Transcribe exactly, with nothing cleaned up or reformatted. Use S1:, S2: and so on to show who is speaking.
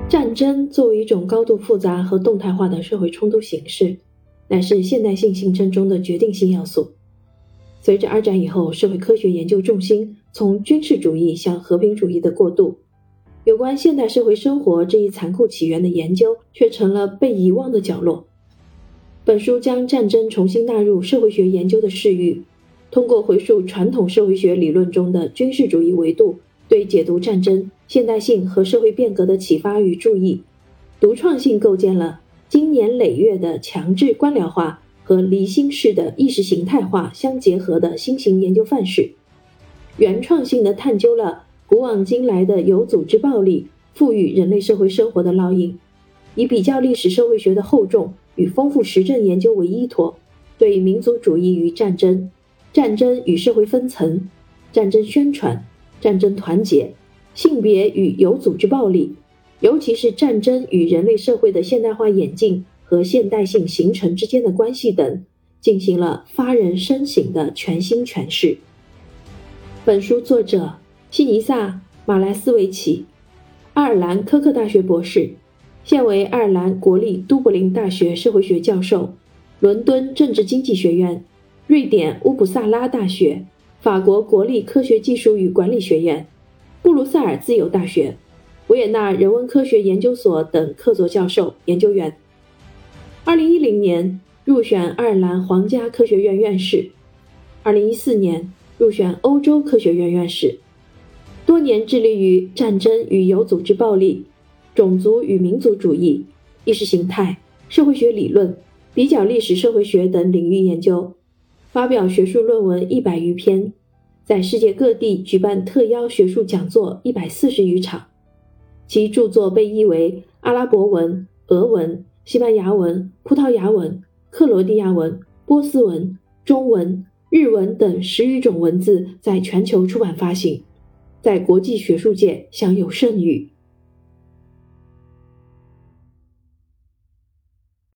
S1: 战争作为一种高度复杂和动态化的社会冲突形式，乃是现代性形成中的决定性要素。随着二战以后社会科学研究重心从军事主义向和平主义的过渡，有关现代社会生活这一残酷起源的研究却成了被遗忘的角落。本书将战争重新纳入社会学研究的视域，通过回溯传统社会学理论中的军事主义维度，对解读战争、现代性和社会变革的启发与注意，独创性构建了经年累月的强制官僚化和离心式的意识形态化相结合的新型研究范式，原创性地探究了古往今来的有组织暴力赋予人类社会生活的烙印，以比较历史社会学的厚重与丰富实证研究为依托，对民族主义与战争、战争与社会分层、战争宣传、战争团结、性别与有组织暴力，尤其是战争与人类社会的现代化演进和现代性形成之间的关系等，进行了发人深省的全新诠释。本书作者西尼萨·马莱斯维奇，爱尔兰科克大学博士，现为爱尔兰国立都柏林大学社会学教授，伦敦政治经济学院，瑞典乌普萨拉大学，法国国立科学技术与管理学院，布鲁塞尔自由大学，维也纳人文科学研究所等客座教授、研究员。二零一零年入选爱尔兰皇家科学院院士，二零一四年入选欧洲科学院院士，多年致力于战争与有组织暴力、种族与民族主义、意识形态、社会学理论、比较历史社会学等领域研究，发表学术论文一百余篇，在世界各地举办特邀学术讲座一百四十余场。其著作被译为阿拉伯文、俄文、西班牙文、葡萄牙文、克罗地亚文、波斯文、中文、日文等十余种文字在全球出版发行，在国际学术界享有盛誉。